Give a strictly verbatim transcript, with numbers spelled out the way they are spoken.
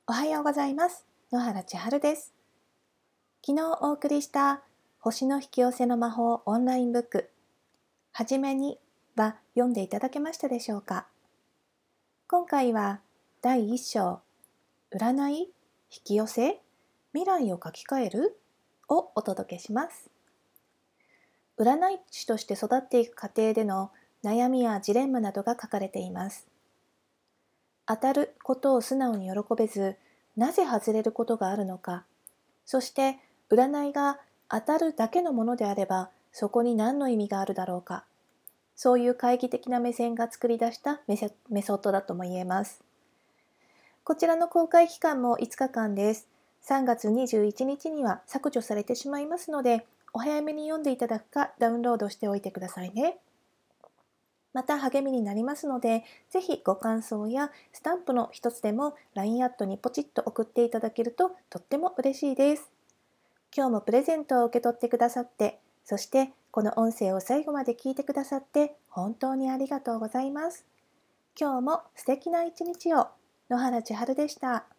おはようございます。野原千春です。昨日お送りした星の引き寄せの魔法オンラインブック、はじめには読んでいただけましたでしょうか。今回はだいいっ章、占い、引き寄せ、未来を書き換えるをお届けします。占い師として育っていく過程での悩みやジレンマなどが書かれています。当たることを素直に喜べず、なぜ外れることがあるのか、そして占いが当たるだけのものであれば、そこに何の意味があるだろうか、そういう懐疑的な目線が作り出したメソメソッドだとも言えます。こちらの公開期間もいつかかんです。さんがつにじゅういちにちには削除されてしまいますので、お早めに読んでいただくかダウンロードしておいてくださいね。また励みになりますので、ぜひご感想やスタンプの一つでも ライン アットにポチッと送っていただけるととっても嬉しいです。今日もプレゼントを受け取ってくださって、そしてこの音声を最後まで聞いてくださって本当にありがとうございます。今日も素敵な一日を。野原千春でした。